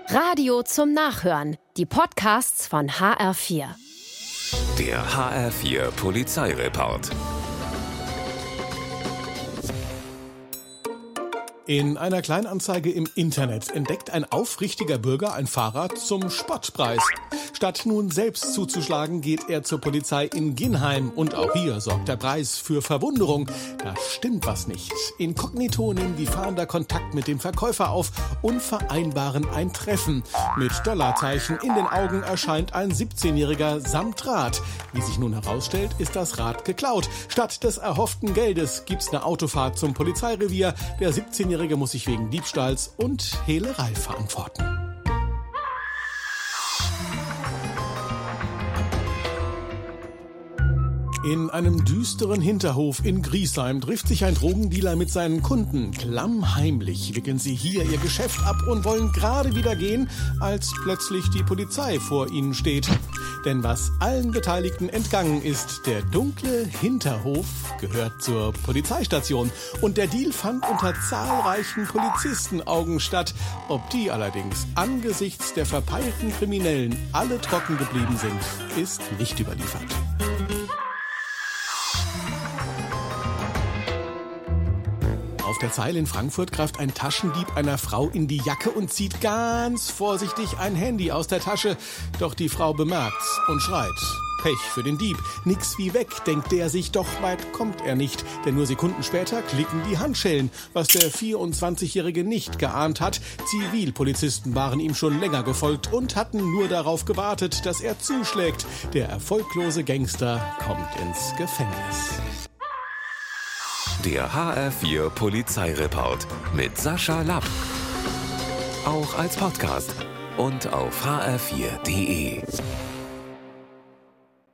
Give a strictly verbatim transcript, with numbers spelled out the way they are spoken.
Radio zum Nachhören. Die Podcasts von H R vier. Der H R vier Polizeireport. In einer Kleinanzeige im Internet entdeckt ein aufrichtiger Bürger ein Fahrrad zum Spottpreis. Statt nun selbst zuzuschlagen, geht er zur Polizei in Ginheim. Und auch hier sorgt der Preis für Verwunderung. Da stimmt was nicht. Inkognito nehmen die Fahnder Kontakt mit dem Verkäufer auf und vereinbaren ein Treffen. Mit Dollarzeichen in den Augen erscheint ein siebzehnjähriger samt Rad. Wie sich nun herausstellt, ist das Rad geklaut. Statt des erhofften Geldes gibt's eine Autofahrt zum Polizeirevier. Der siebzehnjährige muss sich wegen Diebstahls und Hehlerei verantworten. In einem düsteren Hinterhof in Griesheim trifft sich ein Drogendealer mit seinen Kunden. Klammheimlich wickeln sie hier ihr Geschäft ab und wollen gerade wieder gehen, als plötzlich die Polizei vor ihnen steht. Denn was allen Beteiligten entgangen ist, der dunkle Hinterhof gehört zur Polizeistation. Und der Deal fand unter zahlreichen Polizistenaugen statt. Ob die allerdings angesichts der verpeilten Kriminellen alle trocken geblieben sind, ist nicht überliefert. Auf der Zeile in Frankfurt greift ein Taschendieb einer Frau in die Jacke und zieht ganz vorsichtig ein Handy aus der Tasche. Doch die Frau bemerkt's und schreit. Pech für den Dieb. Nix wie weg, denkt der sich, doch weit kommt er nicht. Denn nur Sekunden später klicken die Handschellen. Was der vierundzwanzigjährige nicht geahnt hat, Zivilpolizisten waren ihm schon länger gefolgt und hatten nur darauf gewartet, dass er zuschlägt. Der erfolglose Gangster kommt ins Gefängnis. Der H R vier Polizeireport mit Sascha Lapp. Auch als Podcast und auf h r vier punkt d e.